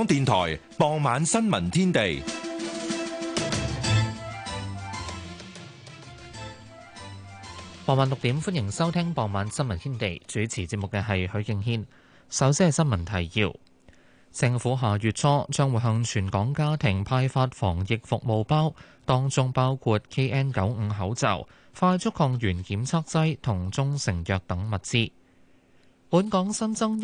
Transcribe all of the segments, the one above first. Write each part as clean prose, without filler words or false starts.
電台傍晚新聞天地。 傍晚6點，歡迎收聽傍晚新聞天地。主持節目嘅係許敬軒。首先係新聞提要：政府下月初將會向全港家庭派發防疫服務包，當中包括 KN95 口罩、快速抗原檢測劑同中成藥等物資。本港新增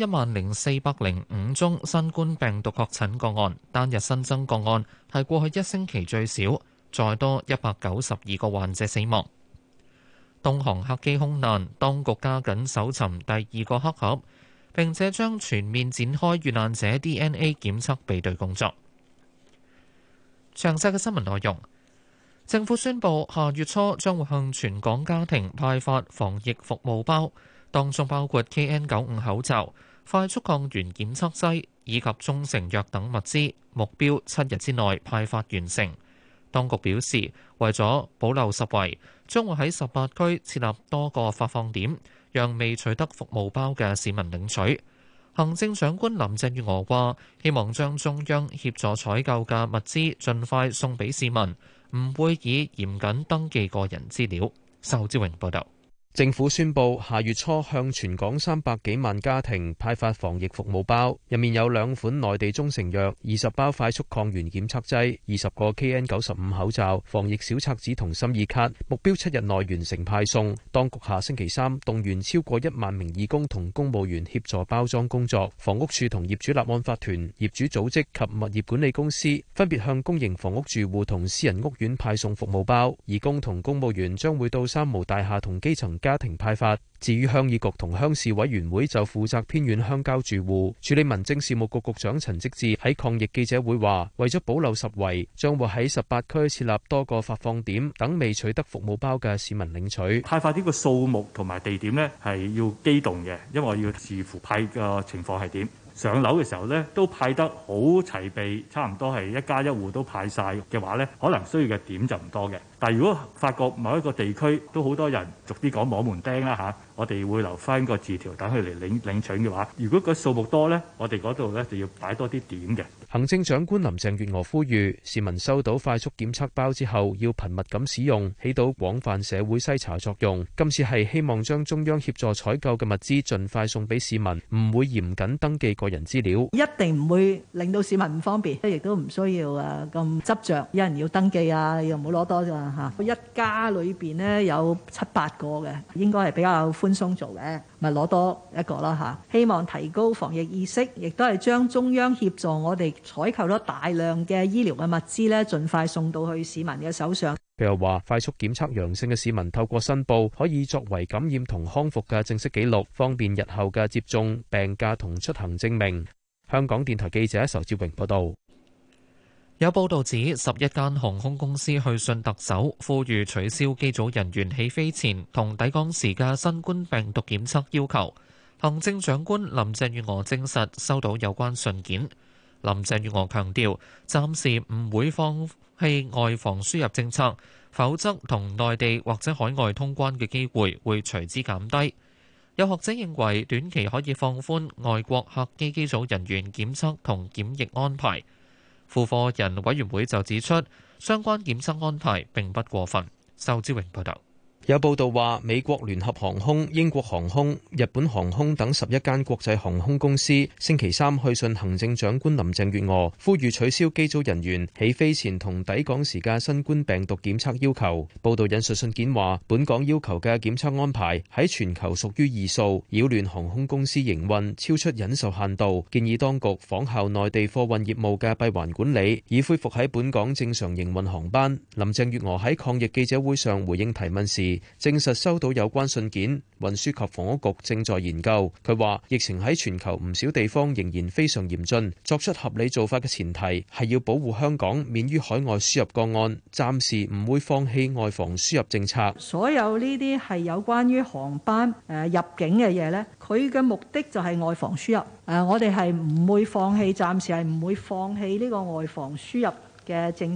10,405宗新冠病毒確診個案，單日新增個案係過去1星期最少，再多192個患者死亡。東航客機空難，當局加緊搜尋第二個黑盒，並且將全面展開遇難者 DNA 檢測比對工作。詳細嘅新聞內容，政府宣布下月初將會向全港家庭派發防疫服務包，當中包括 KN95 口罩、快速抗原檢測劑以及中成藥等物資，目標7日之內派發完成。當局表示，為咗保留實惠，將會喺18區設立多個發放點，讓未取得服務包嘅市民領取。行政長官林鄭月娥話：希望將中央協助採購嘅物資盡快送俾市民，唔會以嚴謹登記個人資料。仇志榮報導。 政府宣布下月初向全港300幾萬家庭派發防疫服務包，入面有2款內地中成藥、20包快速抗原檢測劑、20個 KN95 口罩、防疫小冊子同心意卡，目標7日內完成派送。當局下星期3動員超過1萬名義工同公務員協助包裝工作。房屋署同業主立案法團、業主組織及物業管理公司分別向公營房屋住戶同私人屋苑派送服務包，義工同公務員將會到三無大廈同基層家庭派發。至於鄉議局同鄉事委員會就負責偏遠鄉郊住戶。處理民政事務局局長陳積志喺抗疫記者會話，為咗保留實惠，將會喺18區設立多個發放點，等未取得服務包嘅市民領取。 派發呢個數目同埋地點呢係要機動嘅，因為我要視乎派嘅情況係點。上樓嘅時候呢，都派得好齊備，差唔多係一家一戶都派晒嘅話呢，可能需要嘅點就唔多嘅。但係如果發覺某一個地區都好多人，逐啲講摸門釘啦嚇，我哋會留翻個字條等佢嚟領取嘅話，如果個數目多呢，我哋嗰度呢就要擺多啲點嘅。 行政長官林鄭月娥呼籲市民收到快速檢測包之後要頻密咁使用，起到廣泛社會篩查作用。今次係希望將中央協助採購嘅物資盡快送俾市民，唔會嚴謹登記個人資料， 一定唔會令到市民唔方便，亦都唔需要咁執着，有人要登記啊，又唔好攞多咋嚇。一家裏邊呢有7-8個嘅，應該係比較寬鬆做嘅，咪攞多一個啦嚇。希望提高防疫意識，亦都係將中央協助我哋採購咗大量嘅醫療嘅物資咧，盡快送到去市民嘅手上。 佢又話，快速檢測陽性嘅市民透過申報，可以作為感染同康復嘅正式記錄，方便日後嘅接種、病假同出行證明。香港電台記者仇志榮報道。 有報道指，11間航空公司去信特首，呼籲取消機組人員起飛前同抵港時嘅新冠病毒檢測要求。行政長官林鄭月娥證實收到有關信件。林鄭月娥強調，暫時唔會放棄外防輸入政策，否則同內地或者海外通關嘅機會會隨之減低。有學者認為，短期可以放寬外國客機機組人員檢測同檢疫安排。付貨人委員會就指出，相關檢測安排並不過分。仇志榮報導。 有報道話，美國聯合航空、英國航空、日本航空等11間國際航空公司星期3去信行政長官林鄭月娥，呼籲取消機組人員起飛前同抵港時嘅新冠病毒檢測要求。報道引述信件話，本港要求嘅檢測安排喺全球屬於異數，擾亂航空公司營運，超出忍受限度，建議當局仿效內地貨運業務嘅閉環管理，以恢復喺本港正常營運航班。林鄭月娥喺抗疫記者會上回應提問時，證實收到有關信件，運輸及房屋局正在研究。佢話疫情喺全球唔少地方仍然非常嚴峻，作出合理做法嘅前提係要保護香港免於海外輸入個案，暫時唔會放棄外防輸入政策。 所有呢啲係有關於航班入境嘅嘢呢，佢嘅目的就係外防輸入。我哋係唔會放棄，暫時係唔會放棄呢個外防輸入嘅政策。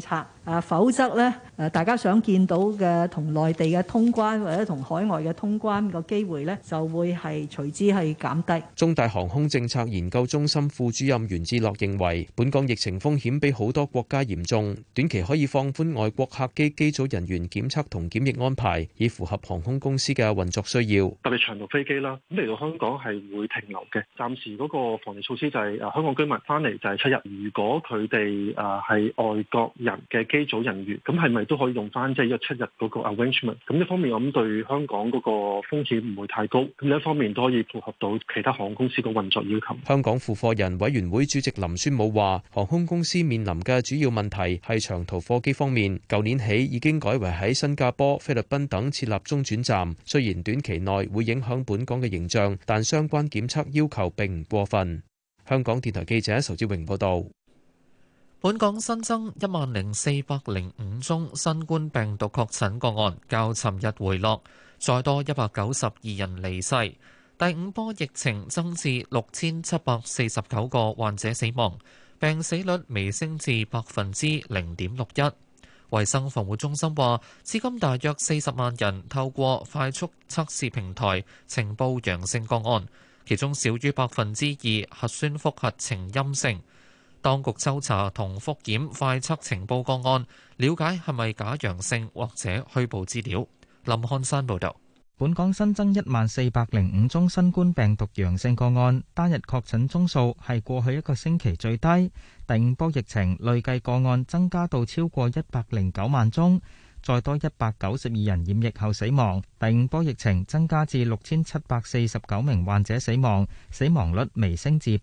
否則呢，大家想見到嘅同內地嘅通關或者同海外嘅通關個機會呢，就會係隨之係減低。 中大航空政策研究中心副主任袁志樂認為，本港疫情風險比好多國家嚴重，短期可以放寬外國客機機組人員檢測同檢疫安排，以符合航空公司嘅運作需要。 特別長途飛機啦，咁嚟到香港係會停留嘅。暫時嗰個防疫措施就係香港居民翻嚟就係7日。如果佢哋係外國人嘅機組人員，咁係咪都可以用翻即係一7日嗰個 arrangement？ 咁一方面我諗對香港嗰個風險唔會太高，咁另一方面都可以符合到其他航空公司個運作要求。 香港付貨人委員會主席林宣武話，航空公司面臨嘅主要問題係長途貨機方面，舊年起已經改為喺新加坡、菲律賓等設立中轉站。雖然短期內會影響本港嘅形象，但相關檢測要求並唔過分。香港電台記者仇志榮報道。 本港新增10,405宗新冠病毒確診個案，較尋日回落，再多192人離世。第五波疫情增至6,749個患者死亡，病死率微升至0.61%。衛生防護中心話，至今大約40萬人透過快速測試平台呈報陽性個案，其中少於2%核酸複核呈陰性。當局抽查同復檢快測呈報個案，了解係咪假陽性或者虛報資料。林漢山報導。 本港新增1405宗新冠病毒陽性個案，單日確診宗數係過去一個星期最低。第五波疫情累計個案增加到超過109萬宗，再多192人染疫後死亡。第五波疫情增加至6,749名患者死亡，死亡率微升至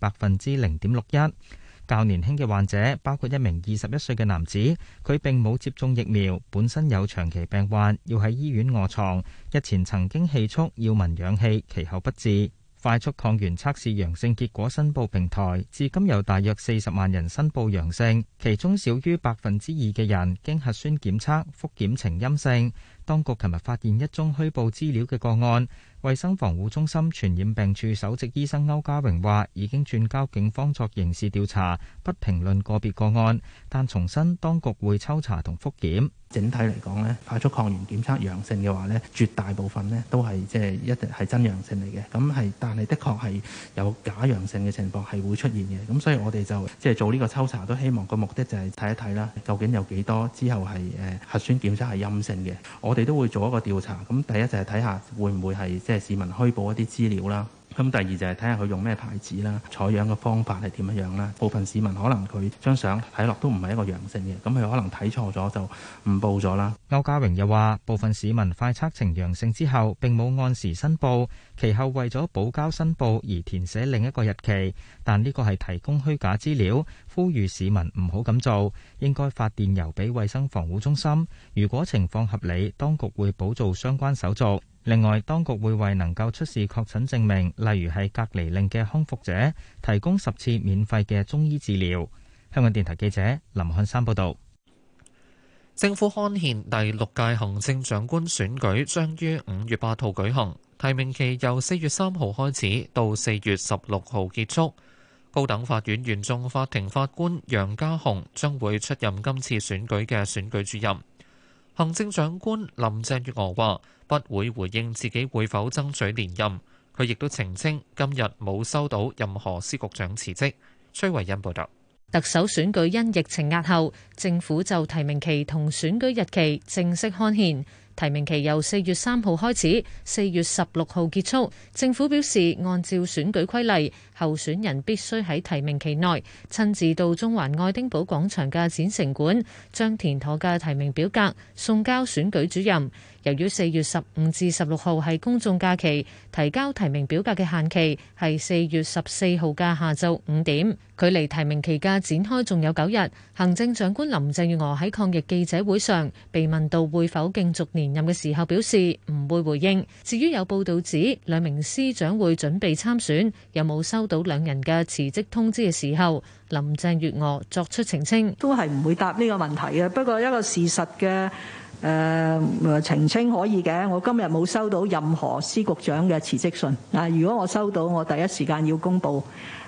0.61%。較年輕嘅患者包括一名21歲嘅男子，佢並冇接種疫苗，本身有長期病患，要喺醫院臥床，日前曾經氣促要聞氧氣，其後不治。快速抗原測試陽性結果申報平台至今有大約40萬人申報陽性，其中少於2%嘅人經核酸檢測復檢呈陰性。當局琴日發現一宗虛報資料嘅個案。衛生防護中心傳染病處首席醫生歐家榮話，已經轉交警方作刑事調查，不評論個別個案，但重申當局會抽查同復檢。 整體嚟講咧，快速抗原檢測陽性嘅話咧，絕大部分咧都係即係一定係真陽性嚟嘅。咁係，但係的確係有假陽性嘅情況係會出現嘅。咁所以我哋就即係做呢個抽查，都希望個目的就係睇一睇啦，究竟有幾多之後係核酸檢測係陰性嘅。我哋都會做一個調查。咁第一就係睇下會唔會係即係市民虛報一啲資料啦。咁第二就係睇下佢用咩牌子啦，採樣嘅方法係點樣樣啦。部分市民可能佢張相睇落都唔係一個陽性嘅，咁佢可能睇錯咗就誤報咗啦。 歐家榮又話，部分市民快測呈陽性之後並冇按時申報，其後為咗補交申報而填寫另一個日期，但呢個係提供虛假資料，呼籲市民唔好咁做，應該發電郵俾衛生防護中心。如果情況合理，當局會補做相關手續。另外，當局會為能夠出示確診證明，例如係隔離令嘅康復者，提供10次免費嘅中醫治療。香港電台記者林漢山報導。 政府刊憲第6屆行政長官選舉將於5月8號舉行，提名期由4月3號開始到4月16號結束。高等法院原訟法庭法官楊家雄將會出任今次選舉嘅選舉主任。行政長官林鄭月娥話不會回應自己會否爭取連任，佢亦都澄清今日冇收到任何司局長辭職。崔慧欣報道。 特首選舉因疫情押後，政府就提名期同選舉日期正式刊憲。提名期由4月3號開始，4月16號結束。政府表示，按照選舉規例，候選人必須喺提名期內親自到中環愛丁堡廣場嘅展城館，將填妥嘅提名表格送交選舉主任。由於4月15至16號係公眾假期，提交提名表格嘅限期係4月14號嘅下晝5點。距離提名期嘅展開仲有9日。行政長官林鄭月娥喺抗疫記者會上被問到會否競逐連任嘅時候，表示唔會回應。至於有報道指2名司長會準備參選，有冇收到2人嘅辭職通知嘅時候，林鄭月娥作出澄清， 都係唔會答呢個問題嘅。不過一個事實嘅澄清可以嘅，我今日冇收到任何司局長嘅辭職信。如果我收到，我第一時間要公佈。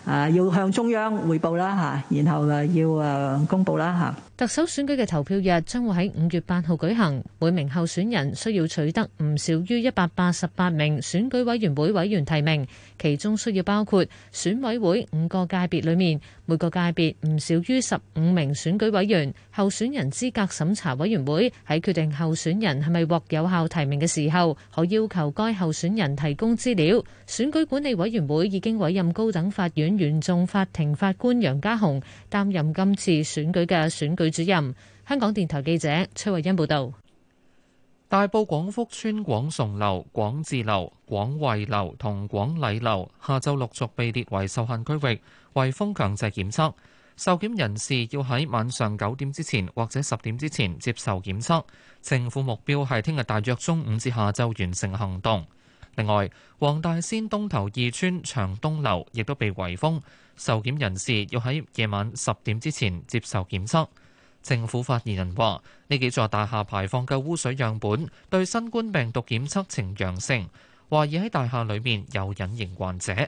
要向中央匯報啦嚇，然後要公佈啦嚇。 特首選舉嘅投票日將會喺5月8號舉行，每名候選人需要取得唔少於188名選舉委員會委員提名，其中需要包括選委會5個界別裏面每個界別唔少於15名選舉委員。候選人資格審查委員會喺決定候選人係咪獲有效提名嘅時候，可要求該候選人提供資料。選舉管理委員會已經委任高等法院原訟法庭法官楊家雄擔任今次選舉嘅選舉主任。香港電台記者崔慧欣報道。 大埔廣福邨廣崇樓、廣智樓、廣惠樓同廣禮樓下晝陸續被列為受限區域，圍封強制檢測。受檢人士要喺晚上9點之前或者10點之前接受檢測。政府目標係聽日大約中午至下晝完成行動。另外，黃大仙東頭二村長東樓亦都被圍封，受檢人士要喺夜晚10點之前接受檢測。政府發言人話：呢幾座大廈排放嘅污水樣本對新冠病毒檢測呈陽性，懷疑喺大廈裏面有隱形患者。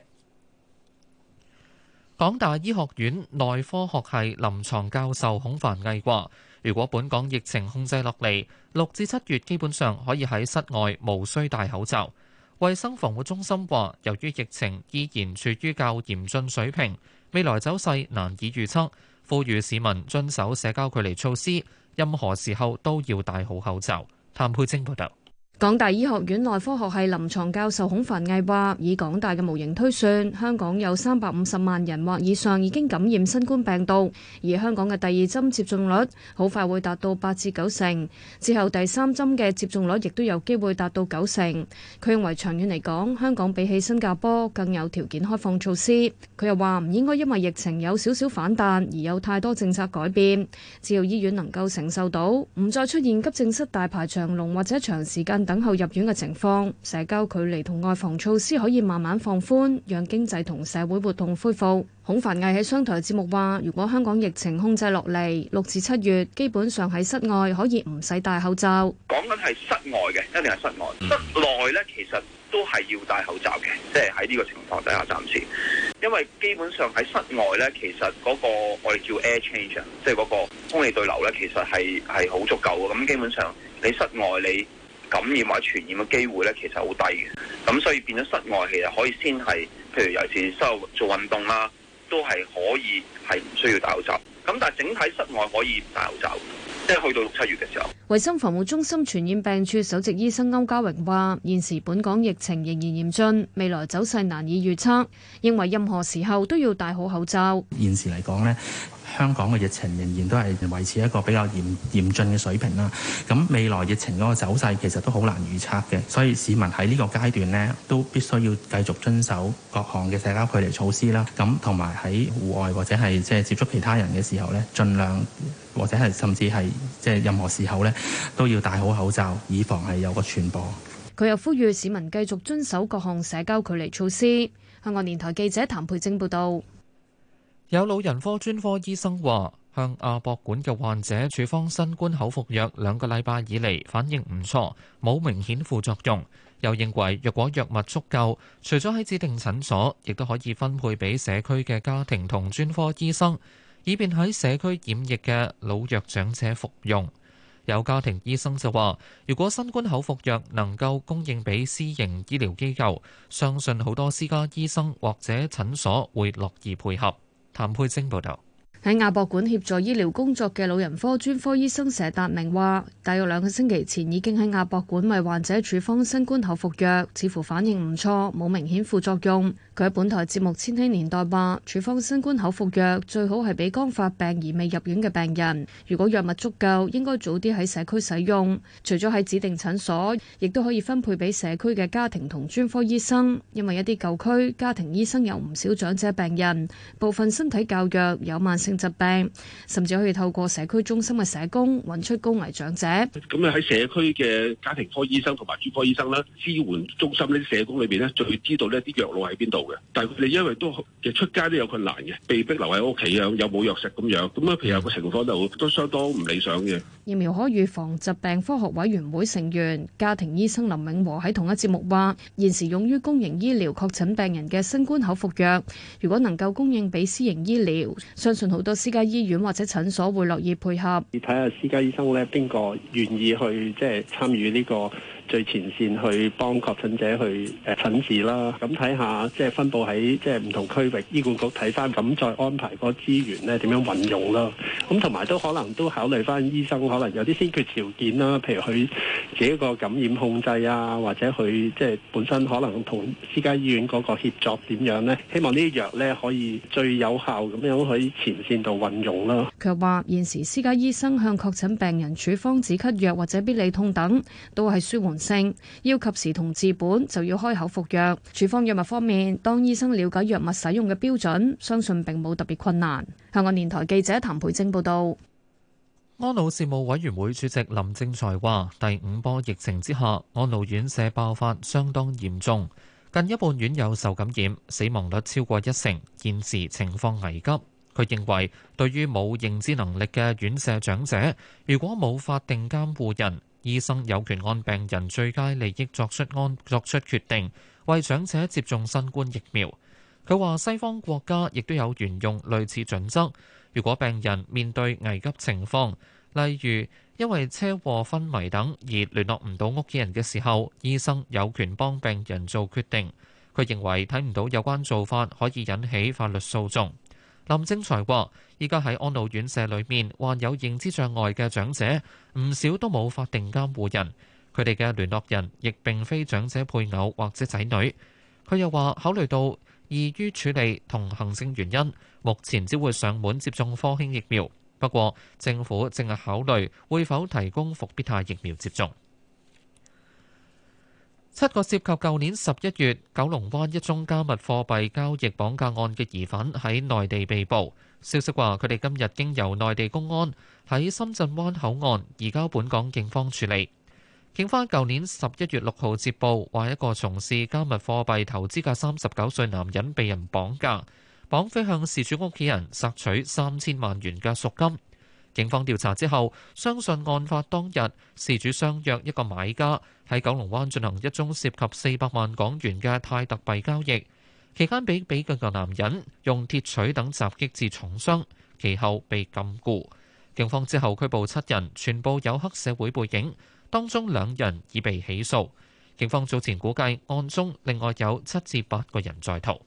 港大醫學院內科學系臨床教授孔繁毅話：如果本港疫情控制落嚟，6至7月基本上可以喺室外無需戴口罩。衛生防護中心話，由於疫情依然處於較嚴峻水平，未來走勢難以預測，呼籲市民遵守社交距離措施，任何時候都要戴好口罩。譚佩晶報道。 港大醫學院內科學系臨床教授孔繁毅話，以港大嘅模型推算，香港有350萬人或以上已經感染新冠病毒，而香港嘅第2針接種率好快會達到8至9成，之後第3針嘅接種率亦都有機會達到9成。佢認為長遠嚟講，香港比起新加坡更有條件開放措施。佢又話唔應該因為疫情有少少反彈而有太多政策改變，只要醫院能夠承受到，唔再出現急症室大排長龍或者長時間等候入院嘅情況，社交距離同外防措施可以慢慢放寬，讓經濟同社會活動恢復。孔繁毅喺商台節目話，如果香港疫情控制落嚟，6至7月基本上喺室外可以唔使戴口罩。 講緊係室外嘅，一定係室外。室內呢，其實都係要戴口罩嘅，即係喺呢個情況底下暫時。因為基本上喺室外呢，其實嗰個我哋叫 air change， 即係嗰個空氣對流呢，其實係好足夠嘅。咁基本上你室外你感染或者傳染嘅機會咧，其實好低嘅。咁所以變咗室外其實可以先係，譬如尤其是做運動啦，都係可以係唔需要戴口罩。咁但係整體室外可以戴口罩，即係去到6、7月嘅時候。 衛生防護中心傳染病處首席醫生歐家榮話：現時本港疫情仍然嚴峻，未來走勢難以預測，認為任何時候都要戴好口罩。 現時嚟講呢，香港嘅疫情仍然都係維持一個比較嚴峻嘅水平啦。咁未來疫情嗰個走勢其實都好難預測嘅，所以市民喺呢個階段呢，都必須要繼續遵守各項嘅社交距離措施啦。咁同埋喺戶外或者係即係接觸其他人嘅時候呢，盡量或者係甚至係即係任何時候呢，都要戴好口罩，以防係有個傳播。 佢又呼籲市民繼續遵守各項社交距離措施。香港電台記者譚佩晶報導。 有老人科專科醫生話，向亞博館嘅患者處方新冠口服藥2個禮拜以嚟反應唔錯，冇明顯副作用。又認為若果藥物足夠，除咗喺指定診所，亦都可以分配俾社區嘅家庭同專科醫生，以便喺社區染疫嘅老弱長者服用。有家庭醫生就話，如果新冠口服藥能夠供應俾私營醫療機構，相信好多私家醫生或者診所會樂意配合。譚佩晶報導。 喺亞博館協助醫療工作嘅老人科專科醫生佘達明話，大約2個星期前已經喺亞博館為患者處方新冠口服藥，似乎反應唔錯，冇明顯副作用。佢喺本台節目《千禧年代》話，處方新冠口服藥最好係俾剛發病而未入院嘅病人。如果藥物足夠，應該早啲喺社區使用。除咗喺指定診所，亦都可以分配俾社區嘅家庭同專科醫生。因為一啲舊區家庭醫生有唔少長者病人，部分身體較弱，有慢性疾病，甚至可以透過社區中心嘅社工揾出高危長者。 咁咧喺社區嘅家庭科醫生同埋專科醫生啦，支援中心呢啲社工裏邊咧，最知道呢啲藥路喺邊度嘅。 嘅，但係佢哋因為都其實出街都有困難嘅，被逼留喺屋企啊，有冇藥食咁樣，咁啊譬如個情況就都相當唔理想嘅。 疫苗可預防疾病科學委員會成員、家庭醫生林永和喺同一節目話：現時用於公營醫療確診病人嘅新冠口服藥，如果能夠供應俾私營醫療，相信好多私家醫院或者診所會樂意配合。 你睇下私家醫生咧，邊個願意去即係參與呢個最前線去幫確診者去診治啦？咁睇下即係分佈喺即係唔同區域，醫管局睇翻，咁再安排個資源咧點樣運用啦。咁同埋都可能都考慮翻醫生可能有啲先決條件啦，譬如佢自己個感染控制啊，或者佢即係本身可能同私家醫院嗰個協作點樣咧？希望呢啲藥咧可以最有效咁樣喺前線度運用啦。 佢話現時私家醫生向確診病人處方止咳藥或者必理痛等，都係舒緩性，要及時同治本就要開口服藥。處方藥物方面，當醫生了解藥物使用嘅標準，相信並冇特別困難。香港電台記者譚培正報道。 安老事務委員會主席林正財話：第五波疫情之下，安老院舍爆發相當嚴重，近一半院友受感染，死亡率超過1成，現時情況危急。佢認為，對於冇認知能力嘅院舍長者，如果冇法定監護人，醫生有權按病人最佳利益作出決定，為長者接種新冠疫苗。佢話西方國家亦都有沿用類似準則，如果病人面對危急情況，例如因為車禍昏迷等而聯絡唔到屋企人嘅時候，醫生有權幫病人做決定。佢認為睇唔到有關做法可以引起法律訴訟。林正財話：依家喺安老院舍裏面患有認知障礙嘅長者，唔少都冇法定監護人，佢哋嘅聯絡人亦並非長者配偶或者仔女。佢又話：考慮到易於處理同行政原因，目前只會上門接種科興疫苗。不過，政府正係考慮會否提供復必泰疫苗接種。7個涉及舊年11月九龍灣一宗加密貨幣交易綁架案嘅疑犯喺內地被捕。消息話，佢哋今日經由內地公安喺深圳灣口岸移交本港警方處理。警方舊年11月6號接報，話一個從事加密貨幣投資嘅39歲男人被人綁架，綁匪向事主屋企人索取3000萬元嘅贖金。警方調查之後，相信案發當日，事主相約一個買家喺九龍灣進行一宗涉及400萬港元嘅泰特幣交易，期間被比較嘅男人用鐵錘等襲擊致重傷，其後被禁錮。警方之後拘捕7人，全部有黑社會背景，當中2人已被起訴。警方早前估計案中另外有7至8個人在逃。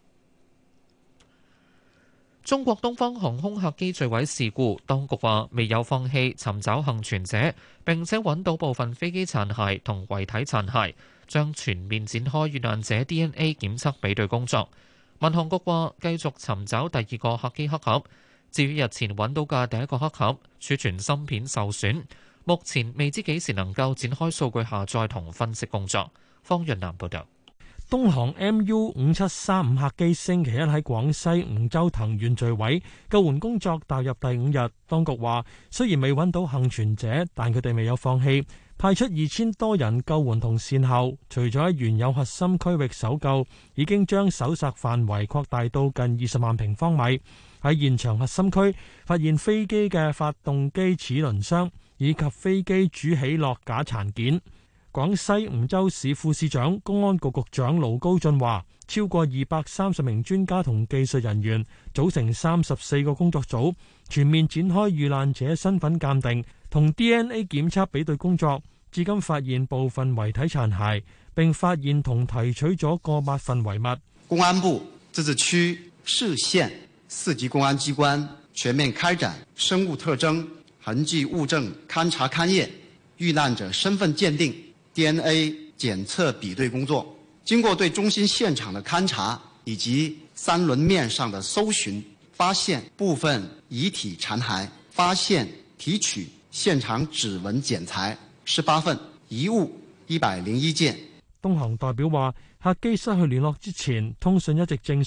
中國東方航空客機墜毀事故，當局話未有放棄尋找幸存者，並且揾到部分飛機殘骸同遺體殘骸，將全面展開遇難者 DNA 檢測比對工作。民航局話繼續尋找第2個客機黑盒，至於日前揾到嘅第1個黑盒儲存芯片受損，目前未知幾時能夠展開數據下載同分析工作。方潤南報導。 東航 MU5735 客機星期一喺廣西梧州藤縣墜毀，救援工作踏入第5日。當局話，雖然未揾到幸存者，但佢哋未有放棄，派出2000多人救援同善後。除咗喺原有核心區域搜救，已經將搜索範圍擴大到近20萬平方米。喺現場核心區發現飛機嘅發動機齒輪箱以及飛機主起落架殘件。廣西梧州市副市長、公安局局長盧高俊話，超過230名專家同技術人員組成34個工作組，全面展開遇難者身份鑑定同 DNA 檢測比對工作，至今發現部分遺體殘骸，並發現同提取咗過百份遺物。 公安部、自治區、市縣4級公安機關全面開展生物特徵、痕跡物證勘查勘驗、遇難者身份鑑定、DNA 檢測比對工作，經過對中心現場的勘查以及3輪面上的搜尋，發現部分遺體殘骸，發現提取現場指紋檢材18份，遺物101件。 東航代表話，客機失去聯絡之前，通訊一直正常，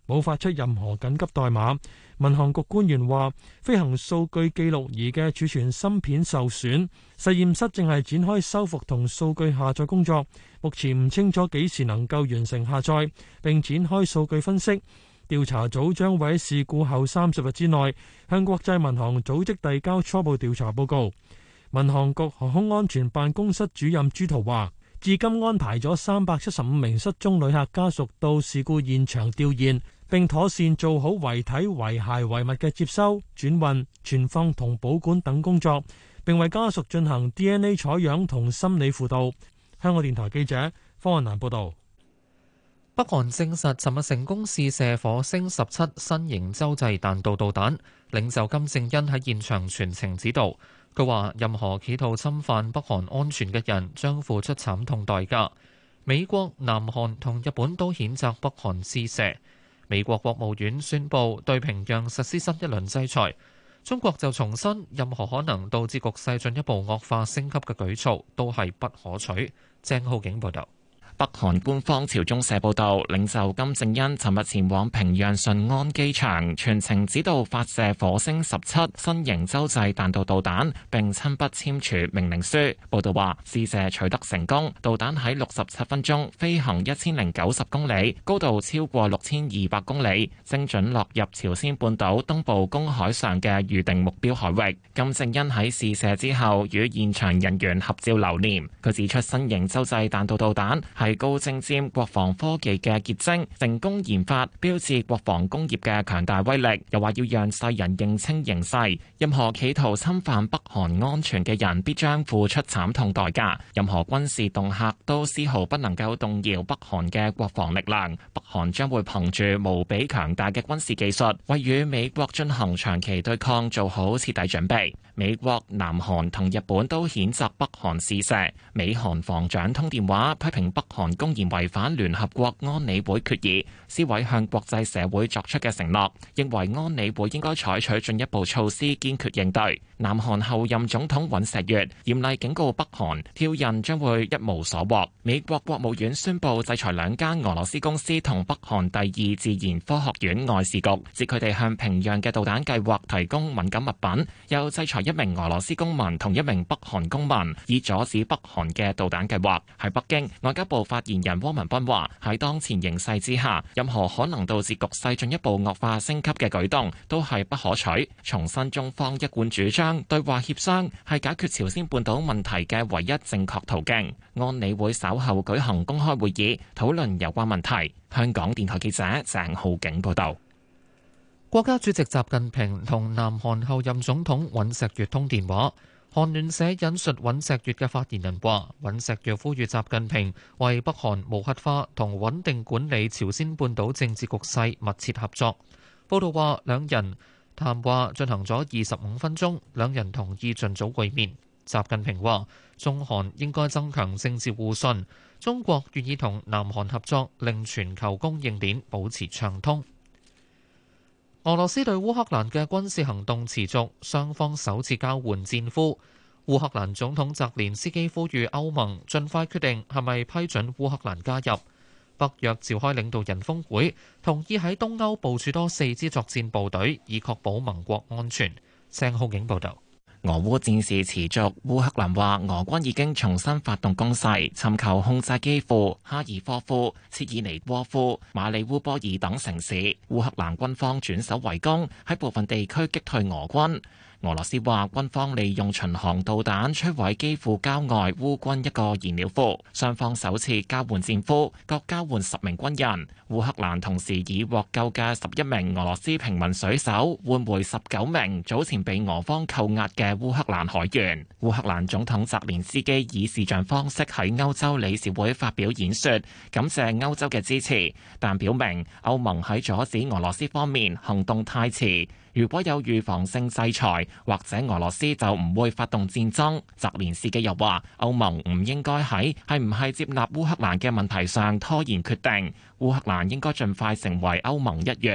冇發出任何緊急代碼。民航局官員話，飛行數據記錄儀嘅儲存芯片受損，實驗室正係展開修復同數據下載工作，目前唔清楚幾時能夠完成下載並展開數據分析。調查組將會喺事故後30日之內向國際民航組織遞交初步調查報告。民航局航空安全辦公室主任朱濤話，至今安排咗375名失蹤旅客家屬到事故現場弔唁，並妥善做好遺體、遺骸、遺物嘅接收、轉運、存放同保管等工作，並為家屬進行 DNA 採樣同心理輔導。香港電台記者方漢南報道。 北韓證實尋日成功試射火星17新型洲際彈道導彈，領袖金正恩喺現場全程指導。佢話：任何企圖侵犯北韓安全嘅人將付出慘痛代價。美國、南韓同日本都譴責北韓試射。美國國務院宣布對平壤實施新一輪制裁。中國就重申，任何可能導致局勢進一步惡化升級嘅舉措都係不可取。鄭浩景報導。 北韓官方朝中社報導，領袖金正恩尋日前往平壤順安機場，全程指導發射火星17新型洲際彈道導彈，並親筆簽署命令書。報導話，試射取得成功，導彈喺67分鐘飛行1090公里，高度超過6200公里，精準落入朝鮮半島東部公海上嘅預定目標海域。金正恩喺試射之後與現場人員合照留念。佢指出，新型洲際彈道導彈係高精尖國防科技嘅結晶，成功研發，標誌國防工業嘅強大威力。又話要讓世人認清形勢，任何企圖侵犯北韓安全嘅人必將付出慘痛代價。任何軍事恫嚇都絲毫不能夠動搖北韓嘅國防力量。北韓將會憑住無比強大嘅軍事技術，為與美國進行長期對抗做好徹底準備。美國、南韓同日本都譴責北韓試射。美韓防長通電話批評北韓公然違反聯合國安理會決議，撕毀向國際社會作出嘅承諾，認為安理會應該採取進一步措施，堅決應對。南韓後任總統尹錫悅嚴厲警告北韓，挑釁將會一無所獲。美國國務院宣布制裁2間俄羅斯公司同北韓第2自然科學院外事局，指佢哋向平壤嘅導彈計劃提供敏感物品，又制裁1名俄羅斯公民同1名北韓公民，以阻止北韓嘅導彈計劃。喺北京，外交部發言人汪文斌話：喺當前形勢之下，任何可能導致局勢進一步惡化升級嘅舉動都係不可取。重申中方一貫主張，對話協商係解決朝鮮半島問題嘅唯一正確途徑。安理會稍後舉行公開會議，討論有關問題。香港電台記者鄭浩景報道。 國家主席習近平同南韓後任總統尹錫悅通電話。韓聯社引述尹錫悅嘅發言人話，尹錫悅呼籲習近平為北韓無核化同穩定管理朝鮮半島政治局勢密切合作。報道話，兩人談話進行咗25分鐘，兩人同意盡早會面。習近平話，中韓應該增強政治互信，中國願意同南韓合作，令全球供應鏈保持暢通。俄羅斯對烏克蘭嘅軍事行動持續，雙方首次交換戰俘。烏克蘭總統澤連斯基呼籲歐盟盡快決定係咪批准烏克蘭加入。北約召開領導人峰會，同意喺東歐部署多4支作戰部隊，以確保盟國安全。鄭浩景報導。 俄烏戰事持續，烏克蘭話俄軍已經重新發動攻勢，尋求控制基輔、哈爾科夫、切爾尼戈夫、馬里烏波爾等城市。烏克蘭軍方轉守為攻，喺部分地區擊退俄軍。俄羅斯話軍方利用巡航導彈摧毀基輔郊外烏軍一個燃料庫，雙方首次交換戰俘，各交換10名軍人。烏克蘭同時以獲救嘅11名俄羅斯平民水手換回19名早前被俄方扣押嘅烏克蘭海員。烏克蘭總統澤連斯基以視像方式喺歐洲理事會發表演說，感謝歐洲嘅支持，但表明歐盟喺阻止俄羅斯方面行動太遲。如果有預防性制裁，或者俄羅斯就唔會發動戰爭。澤連斯基又話，歐盟唔應該喺係唔係接納烏克蘭嘅問題上拖延決定，烏克蘭應該盡快成為歐盟一員。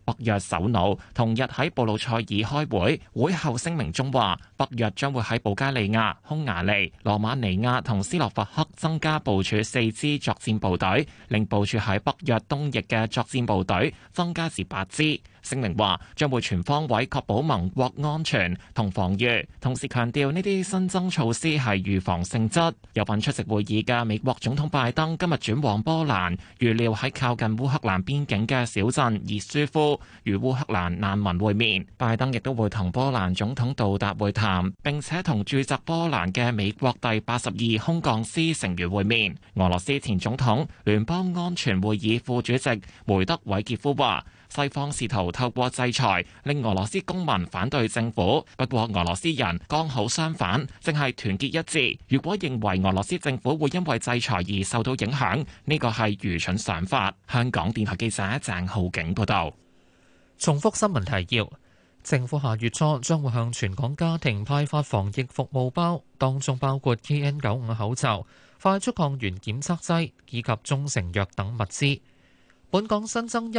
北約首腦同日喺布魯塞爾開會，會後聲明中話，北約將會喺保加利亞、匈牙利、羅馬尼亞同斯洛伐克增加部署4支作戰部隊，令部署喺北約東翼嘅作戰部隊增加至8支。聲明話將會全方位確保盟國安全同防禦，同時強調呢啲新增措施係預防性質。有份出席會議嘅美國總統拜登今日轉往波蘭，預料喺靠近烏克蘭邊境嘅小鎮熱舒夫與烏克蘭難民會面。拜登亦都會同波蘭總統杜達會談，並且同駐紮波蘭嘅美國第82空降師成員會面。俄羅斯前總統聯邦安全會議副主席梅德韋傑夫話，西方試圖透過制裁令俄羅斯公民反對政府，不過俄羅斯人剛好相反，正係團結一致。如果認為俄羅斯政府會因為制裁而受到影響，呢個係愚蠢想法。香港電台記者鄭浩景報道。 重複新聞提要：政府下月初將會向全港家庭派發防疫服務包，當中包括 KN95 口罩、快速抗原檢測劑以及中成藥等物資。本港新增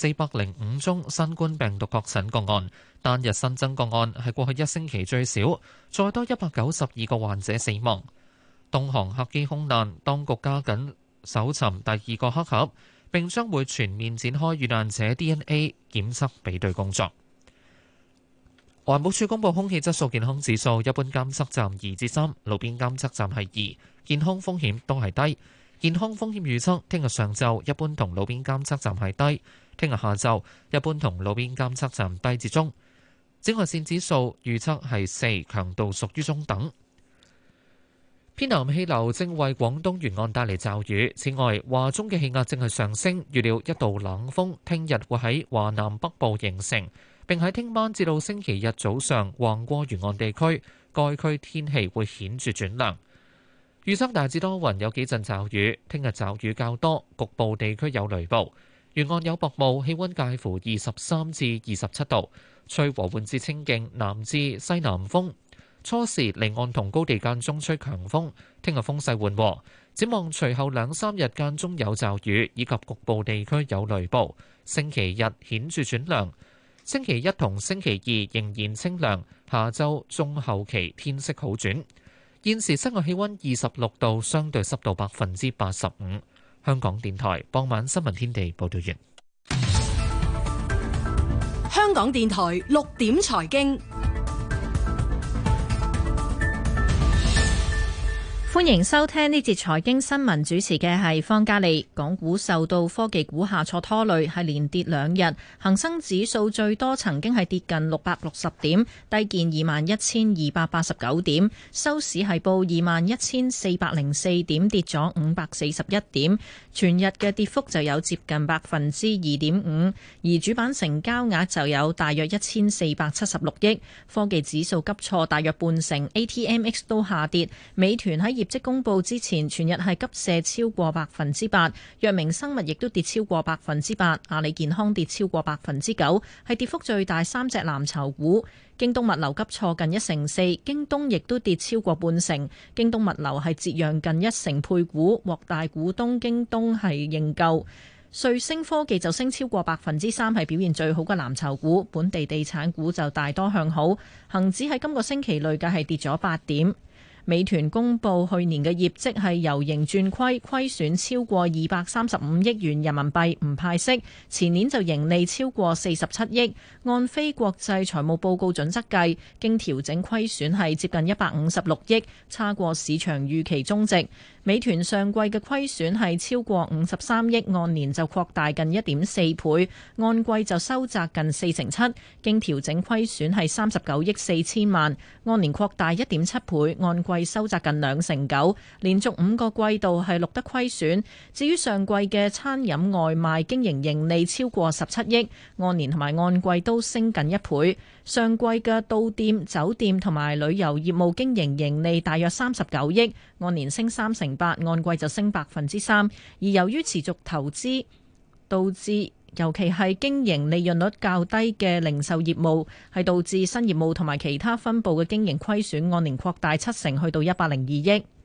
10,405宗新冠病毒確診個案，單日新增個案係過去一星期最少，再多192個患者死亡。東航客機空難，當局加緊搜尋第二個黑盒，並將會全面展開遇難者 DNA 檢測比對工作。環保署公布空氣質素健康指數，一般監測站2至3，路邊監測站係2，健康風險都係低。健康風險預測，聽日上晝一般同路邊監測站係低，聽日下晝一般同路邊監測站低至中。紫外線指數預測係4，強度屬於中等。偏南氣流正為廣東沿岸帶嚟驟雨，此外華中嘅氣壓正係上升，預料一道冷鋒聽日會喺華南北部形成，並喺聽晚至到星期日早上橫過沿岸地區，該區天氣會顯著轉涼。預測大致多雲，有幾陣驟雨。聽日驟雨較多，局部地區有雷暴。沿岸有薄霧，氣溫介乎23至27度，吹和緩至清勁南至西南風。初時離岸同高地間中吹強風。聽日風勢緩和。展望隨後2-3日間中有驟雨，以及局部地區有雷暴。星期日顯著轉涼。星期一同星期二仍然清涼。下週中後期天色好轉。現時室外氣溫26度，相對濕度85%。香港電台傍晚新聞天地報道完。 香港電台6點財經。 歡迎收聽呢節財經新聞，主持嘅係方嘉利。港股受到科技股下挫拖累，係連跌2日。恒生指數最多曾經係跌近660點，低見21,289點，收市係報21,404點，跌咗541點。全日嘅跌幅就有接近2.5%，而主板成交額就有大約1476億。科技指數急挫大約半成 ，ATMX 都下跌。美團喺業績公佈之前，全日係急瀉超過8%，藥明生物亦都跌超過8%，阿里健康跌超過9%，係跌幅最大3隻藍籌股。京東物流急挫近1成4，京東亦都跌超過半成。京東物流係折讓近1成配股，獲大股東京東係認購。瑞聲科技就升超過3%，係表現最好嘅藍籌股。本地地產股就大多向好，恒指喺今個星期累計係跌咗8點。美團公佈去年嘅業績係由盈轉虧，虧損超過235億元人民幣，唔派息。前年就盈利超過47億，按非國際財務報告準則計，經調整虧損係接近156億，差過市場預期中值。美團上季嘅虧損係超過53億，按年就擴大近1.4倍，按季就收窄近47%。經調整虧損係39億4千萬，按年擴大1.7倍，按季收窄近2成9，連續5個季度係錄得虧損。至於上季嘅餐飲外賣經營盈利超過17億，按年同埋按季都升近1倍。上季嘅到店、酒店同埋旅遊業務經營盈利大約39億，按年升3成8，按季就升3%。而由於持續投資，導致尤其係經營利潤率較低嘅零售業務，係導致新業務同埋其他分部嘅經營虧損按年擴大7成，去到102億。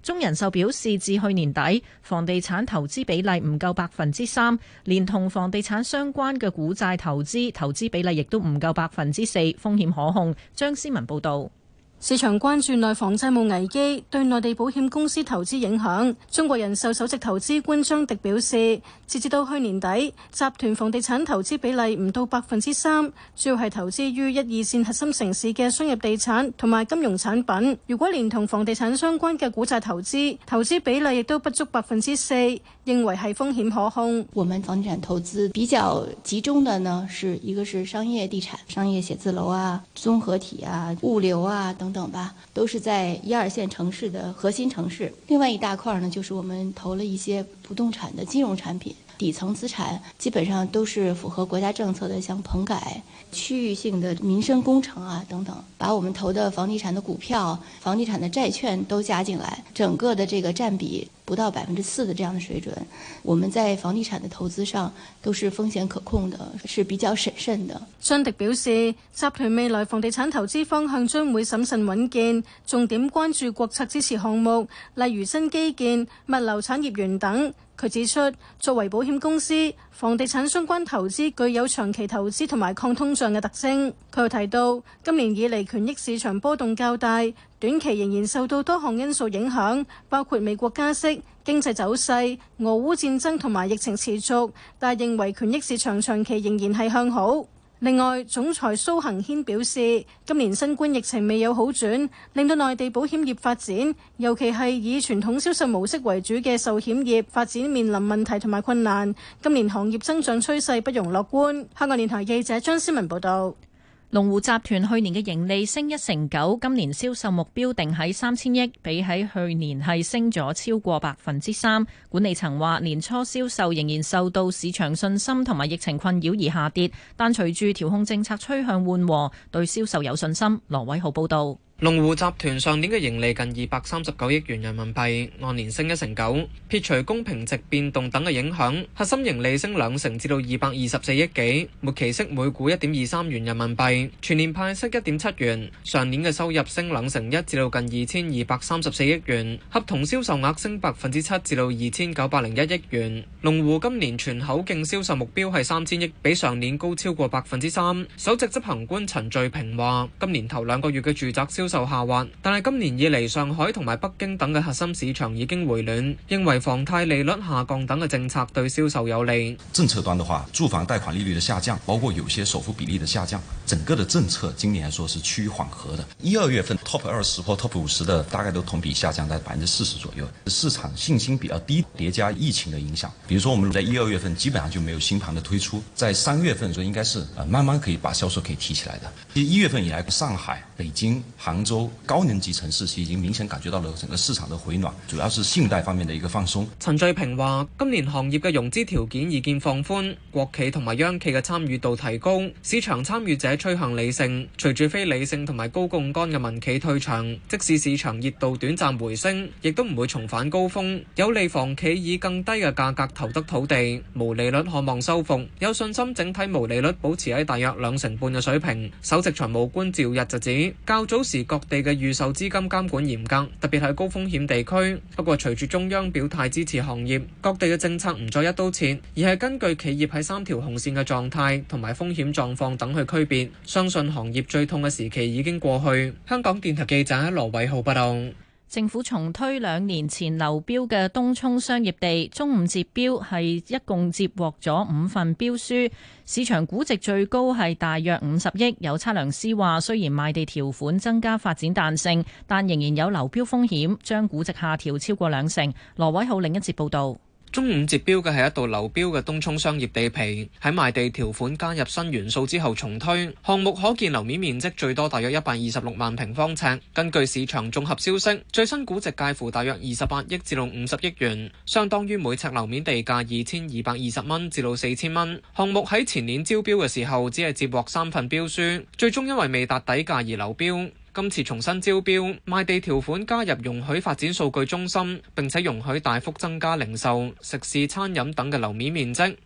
中人壽表示，至去年底，房地產投資比例唔夠3%，連同房地產相關嘅股債投資比例亦都唔夠4%，風險可控。張思文報導。 市場關注內房債務危機對內地保險公司投資影響。中國人壽首席投資官張迪表示，截至到去年底，集團房地產投資比例唔到3%，主要係投資於1、2線核心城市嘅商業地產同埋金融產品。如果連同房地產相關嘅股債投資比例亦都不足4%，認為係風險可控。 我們房地產投資比較集中的呢，是一個是商業地產、商業寫字樓啊、綜合體啊、物流啊等吧，都是在1、2線城市的核心城市。另外一大塊呢，就是我們投了一些不動產的金融產品，底層資產基本上都是符合國家政策的，像棚改、區域性的民生工程啊等等，把我們投的房地產的股票、房地產的債券都加進來，整個的這個佔比不到4%的這樣的水準。我們在房地產的投資上都是風險可控的，是比較審慎的。 張迪表示，集團未來房地產投資方向將會審慎穩健，重點關注國策支持項目，例如新基建、物流產業園等。佢指出，作為保險公司，房地產相關投資具有長期投資同埋抗通脹嘅特徵。佢又提到，今年以嚟權益市場波動較大，短期仍然受到多項因素影響，包括美國加息、經濟走勢、俄烏戰爭同埋疫情持續，但認為權益市場長期仍然係向好。另外，總裁蘇恒軒表示，今年新冠疫情未有好轉，令到內地保險業發展，尤其係以傳統銷售模式為主嘅壽險業發展面臨問題同埋困難。今年行業增長趨勢不容樂觀。香港電台記者張思文報道。 龍湖集團去年嘅盈利升1成9%，今年銷售目標定喺3000億，比喺去年係升咗超過3%。管理層話年初銷售仍然受到市場信心同埋疫情困擾而下跌，但隨住調控政策趨向緩和，對銷售有信心。羅偉豪報導。 龍湖集團上年嘅盈利近239億元人民幣，按年升1成9%，撇除公平值變動等嘅影響，核心盈利升2成至到224億幾，末期息每股1.23元人民幣，全年派息1.7元。上年嘅收入升2成1至到近2234億元，合同銷售額升7%至到2901億元。龍湖今年全口徑銷售目標係3000億，比上年高超過3%。首席執行官陳序平話：今年頭2個月嘅住宅銷售下滑，但係今年以嚟上海同埋北京等嘅核心市場已經回暖，認為房貸利率下降等嘅政策對銷售有利。 政策端的話，住房貸款利率的下降，包括有些首付比例的下降，整個的政策今年來說是趨於緩和的。1、2月份 Top 20或 Top 50的大概都同比下降在40%左右，市場信心比較低，疊加疫情的影響。比如說我們在1、2月份基本上就沒有新盤的推出，在3月份說應該是慢慢可以把銷售可以提起來的。其實1月份以來，上海、北京、杭州高年級城市其實已經明顯感覺到了整個市場的回暖，主要是信貸方面的一個放鬆。 陳序平話：今年行業嘅融資條件已見放寬，國企同埋央企嘅參與度提高，市場參與者趨向理性。隨住非理性同埋高槓桿嘅民企退場，即使市場熱度短暫回升，亦都唔會重返高峰，有利房企以更低嘅價格投得土地，毛利率可望收復，有信心整體毛利率保持喺大約2成半嘅水平。首席財務官趙日就指，較早時各地嘅預售資金監管嚴格，特別係高風險地區。不過隨住中央表態支持行業，各地嘅政策唔再一刀切，而係根據企業喺3條紅線嘅狀態同埋風險狀況等去區別。相信行業最痛嘅時期已經過去。香港電台記者羅偉浩報道。 政府重推2年前流標嘅東涌商業地，中午截標係一共接獲咗5份標書，市場估值最高係大約50億。有測量師話，雖然賣地條款增加發展彈性，但仍然有流標風險，將估值下調超過2成。羅偉浩另一節報導。 中午截標嘅係一度流標嘅東涌商業地皮，喺賣地條款加入新元素之後重推項目，可建樓面面積最多大約126萬平方尺。根據市場綜合消息，最新估值介乎大約28億至到50億元，相當於每尺樓面地價2220蚊至到4000蚊。項目喺前年招標嘅時候，只係接獲3份標書，最終因為未達底價而流標。今次重新招標，賣地條款加入容許發展數據中心，並且容許大幅增加零售、食肆、餐飲等嘅樓面面積。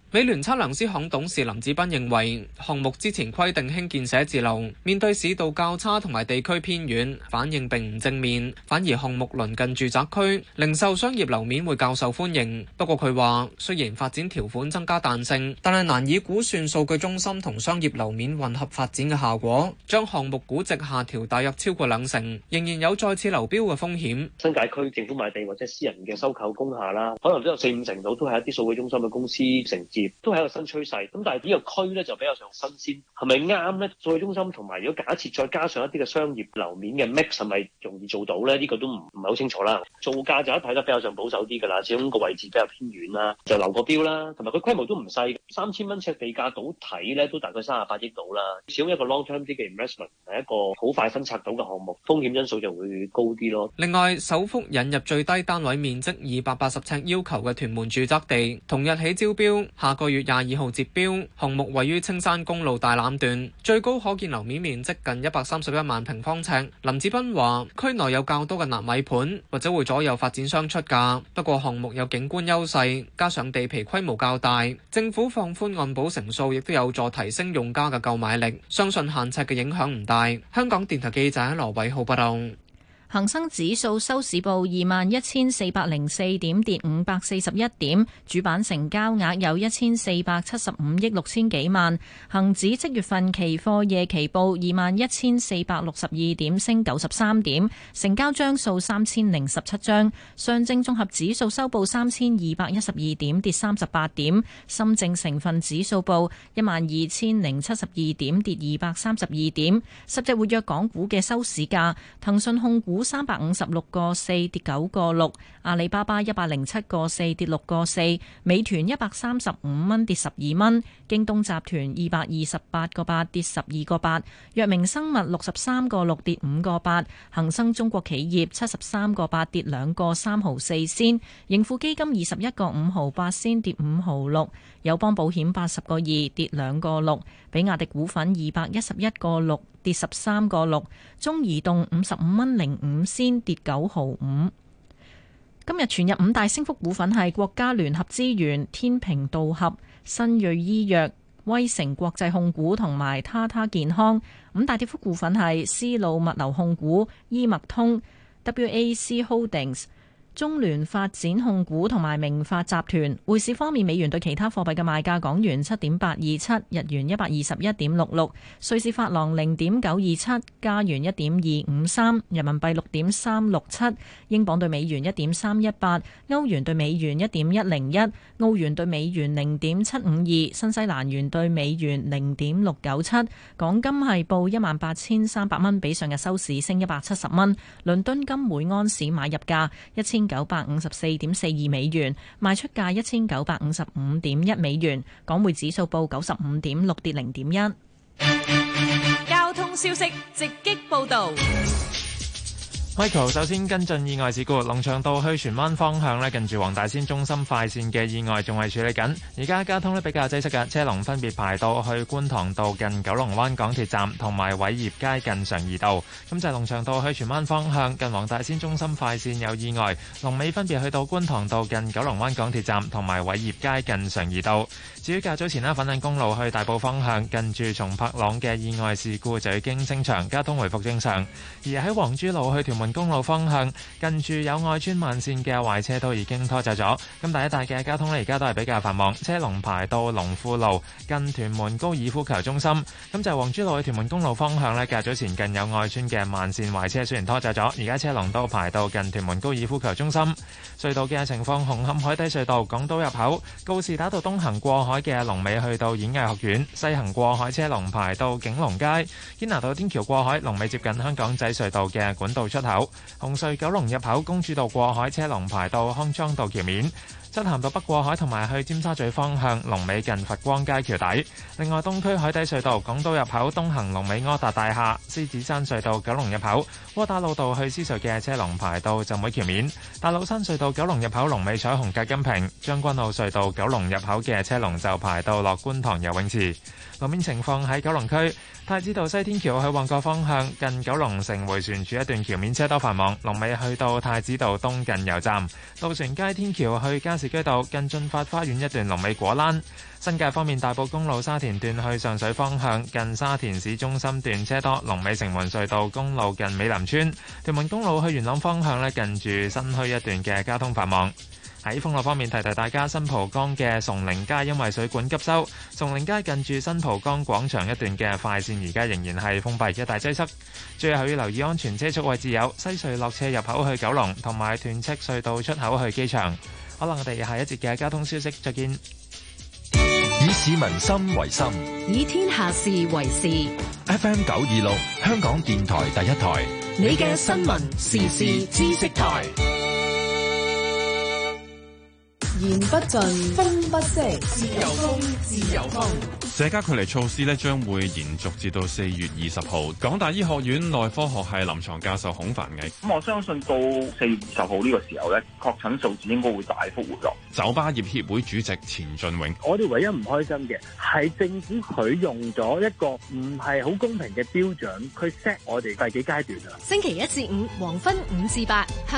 美聯測量師行董事林子斌認為，項目之前規定興建寫字樓，面對市道較差同埋地區偏遠，反應並唔正面。反而項目鄰近住宅區，零售商業樓面會較受歡迎。不過佢話，雖然發展條款增加彈性，但係難以估算數據中心同商業樓面混合發展嘅效果，將項目估值下調大約超過2成，仍然有再次流標嘅風險。 新界區政府賣地或者私人嘅收購工廈啦，可能都有4-5成度都係一啲數據中心嘅公司承接，都係一個新趨勢。咁但係呢個區咧就比較上新鮮，係咪啱咧？數據中心同埋如果假設再加上一啲嘅商業樓面嘅 mix 係咪容易做到咧？呢個都唔係好清楚啦。造價就一睇得比較上保守啲㗎啦，始終個位置比較偏遠啦，就流過標啦，同埋佢規模都唔細，3000蚊尺地價到睇咧都大概38億到啦。始終一個 long term 啲嘅 investment 係一個好快分拆到嘅項目，風險因素就會高啲咯。 另外，首幅引入最低單位面積280尺要求嘅屯門住宅地，同日起招標，下個月22號截標。項目位於青山公路大欖段，最高可建樓面面積近131萬平方尺。林子斌話：區內有較多嘅納米盤，或者會左右發展商出價。不過項目有景觀優勢，加上地皮規模較大，政府放寬按保成數，亦都有助提升用家嘅購買力。相信限尺嘅影響唔大。香港電台記者羅偉浩報道。 恒生指數收市報21,404點，跌541點，主板成交額有1475億6千幾萬。恒指即月份期貨夜期報21,462點，升93點，成交張數3017張。上證綜合指數收報3212點，跌38點。深證成分指數報12072點，跌232點。十隻活躍港股嘅收市價，騰訊控股356個4跌9個6，阿里巴巴107個4跌6個4，美團135蚊跌12蚊，京東集團228個8跌12個8，藥明生物63個6跌5個8，恒生中國企業73個8跌2個3毫4仙，盈富基金21個5毫8仙跌5毫6，友邦保險80個2跌2個6，比亞迪股份211個6跌13個6，中移動55蚊05仙跌9毫5。今日全日5大升幅股份係國家聯合資源、天平道合、新銳醫藥、威城國際控股同埋他健康。5大跌幅股份係絲路物流控股、醫脈通、WAC Holdings、中聯發展控股同埋明發集團。匯市方面，美元對其他貨幣嘅賣價：港元7.827，日元121.66，瑞士法郎0.927，加元1.253，人民幣6.367，英鎊對美元1.318，歐元對美元1.101，澳元對美元0.752，新西蘭元對美元0.697。港金係報18,300蚊，比上日收市升170蚊。倫敦金每安士買入價1954.42美元，賣出價1955.1美元。港匯指數報95.6，跌0.1。 交通消息直擊報導。 Michael 首先跟進意外事故，龍翔道去荃灣方向咧，近住黃大仙中心快線嘅意外仲係處理緊，而家交通咧比較擠塞嘅，車龍分別排到去觀塘道近九龍灣港鐵站同埋偉業街近常怡道。咁就係龍翔道去荃灣方向近黃大仙中心快線有意外，龍尾分別去到觀塘道近九龍灣港鐵站同埋偉業街近常怡道。至於較早前粉嶺公路去大埔方向近住松柏塱嘅意外事故就已經清場，交通回復正常。而喺黃珠路去屯門公路方向近住友愛邨慢線嘅壞車都已經拖走咗，咁第一帶嘅交通呢，而家都係比較繁忙，車龍排到龍富路近屯門高爾夫球中心。咁就係黃珠路去屯門公路方向呢，較早前近友愛邨嘅慢線壞車雖然拖走咗，而家車龍都排到近屯門高爾夫球中心。隧道嘅情況，紅磡海底隧道港島入口告士打道東行過海嘅龍尾去到演藝學院，西行過海車龍排到景隆街，堅拿道天橋過海龍尾接近香港仔隧道嘅管道出口。紅隧九龍入口公主道過海車龍排到康莊道橋面，漆咸道北過海同埋去尖沙咀方向龍尾近佛光街橋底。另外，東區海底隧道港島入口東行龍尾柯達大廈，獅子山隧道九龍入口窩打老道去獅隧嘅車龍排到浸會橋面，大老山隧道九龍入口龍尾彩虹隔金屏，將軍澳隧道九龍入口嘅車龍就排到落觀塘游泳池。路面情況喺九龍區太子道西天橋去旺角方向近九龍城迴旋處一段橋面車多繁忙，龍尾去到太子道東近油站。渡船街天橋去加士居道近駿發花園一段龍尾果欄。新界方面，大埔公路沙田段去上水方向近沙田市中心段車多，龍尾城門隧道公路近美林村。屯門公路去元朗方向近住新墟一段嘅交通繁忙。喺封路方面，提提大家，新蒲崗嘅崇寧街因為水管急修，崇寧街近住新蒲崗廣場一段嘅快線而家仍然係封閉，一帶擠塞。最後要留意安全車速位置有西隧落車入口去九龍，同埋屯赤隧道出口去機場。可能我哋下一節嘅交通消息再見。 以市民心為心， 以天下事為事。 FM 926，香港電台第一台， 你嘅新聞時事知識台。言不盡，風不息，自由風，自由風。 社交距離措施將會延續至到4月20號。港大醫學院內科學系臨床教授孔繁毅， 咁我相信到4月20號呢個時候確診數字應該會大幅回落。 酒吧業協會主席錢俊永， 我哋唯一唔開心嘅係政府佢用咗一個唔係好公平嘅標準，佢 set 我哋第幾階段啊？ 星期1至5黃昏5至8。